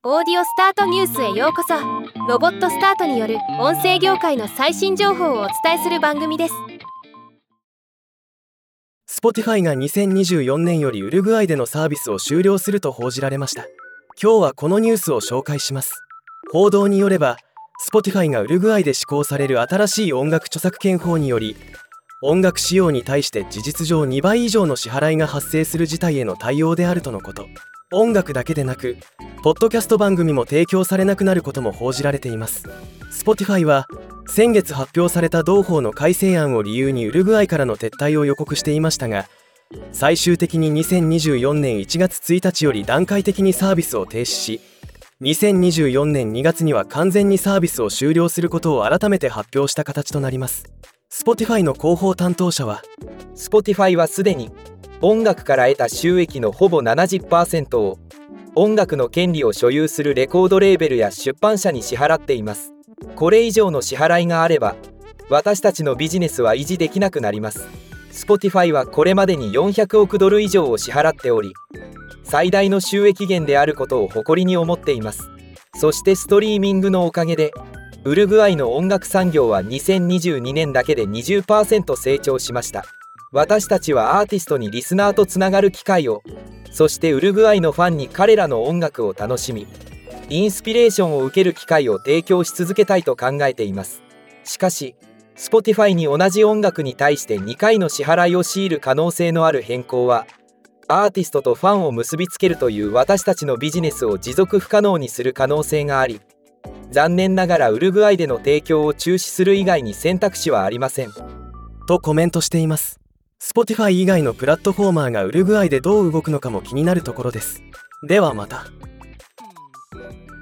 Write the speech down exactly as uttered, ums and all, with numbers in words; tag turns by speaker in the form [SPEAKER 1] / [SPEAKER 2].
[SPEAKER 1] オーディオスタートニュースへようこそ。ロボットスタートによる音声業界の最新情報をお伝えする番組です。
[SPEAKER 2] Spotify がにせんにじゅうよねんよりウルグアイでのサービスを終了すると報じられました。今日はこのニュースを紹介します。報道によれば Spotify がウルグアイで施行される新しい音楽著作権法により、音楽使用に対して事実上にばい以上の支払いが発生する事態への対応であるとのこと。音楽だけでなくポッドキャスト番組も提供されなくなることも報じられています。 Spotify は先月発表された同法の改正案を理由にウルグアイからの撤退を予告していましたが、最終的ににせんにじゅうよねんいちがつついたちより段階的にサービスを停止し、にせんにじゅうよねんにがつには完全にサービスを終了することを改めて発表した形となります。 Spotify の広報担当者は、
[SPEAKER 3] Spotify はすでに音楽から得た収益のほぼ ななじゅっパーセント を音楽の権利を所有するレコードレーベルや出版社に支払っています。これ以上の支払いがあれば私たちのビジネスは維持できなくなります。 Spotify はこれまでによんひゃくおくドル以上を支払っており、最大の収益源であることを誇りに思っています。そしてストリーミングのおかげでウルグアイの音楽産業はにせんにじゅうにねんだけで にじゅっパーセント 成長しました。私たちはアーティストにリスナーとつながる機会を、そしてウルグアイのファンに彼らの音楽を楽しみインスピレーションを受ける機会を提供し続けたいと考えています。しかし Spotify に同じ音楽に対してにかいの支払いを強いる可能性のある変更は、アーティストとファンを結びつけるという私たちのビジネスを持続不可能にする可能性があり、残念ながらウルグアイでの提供を中止する以外に選択肢はありません
[SPEAKER 2] とコメントしています。 Spotify 以外のプラットフォーマーがウルグアイでどう動くのかも気になるところです。ではまた。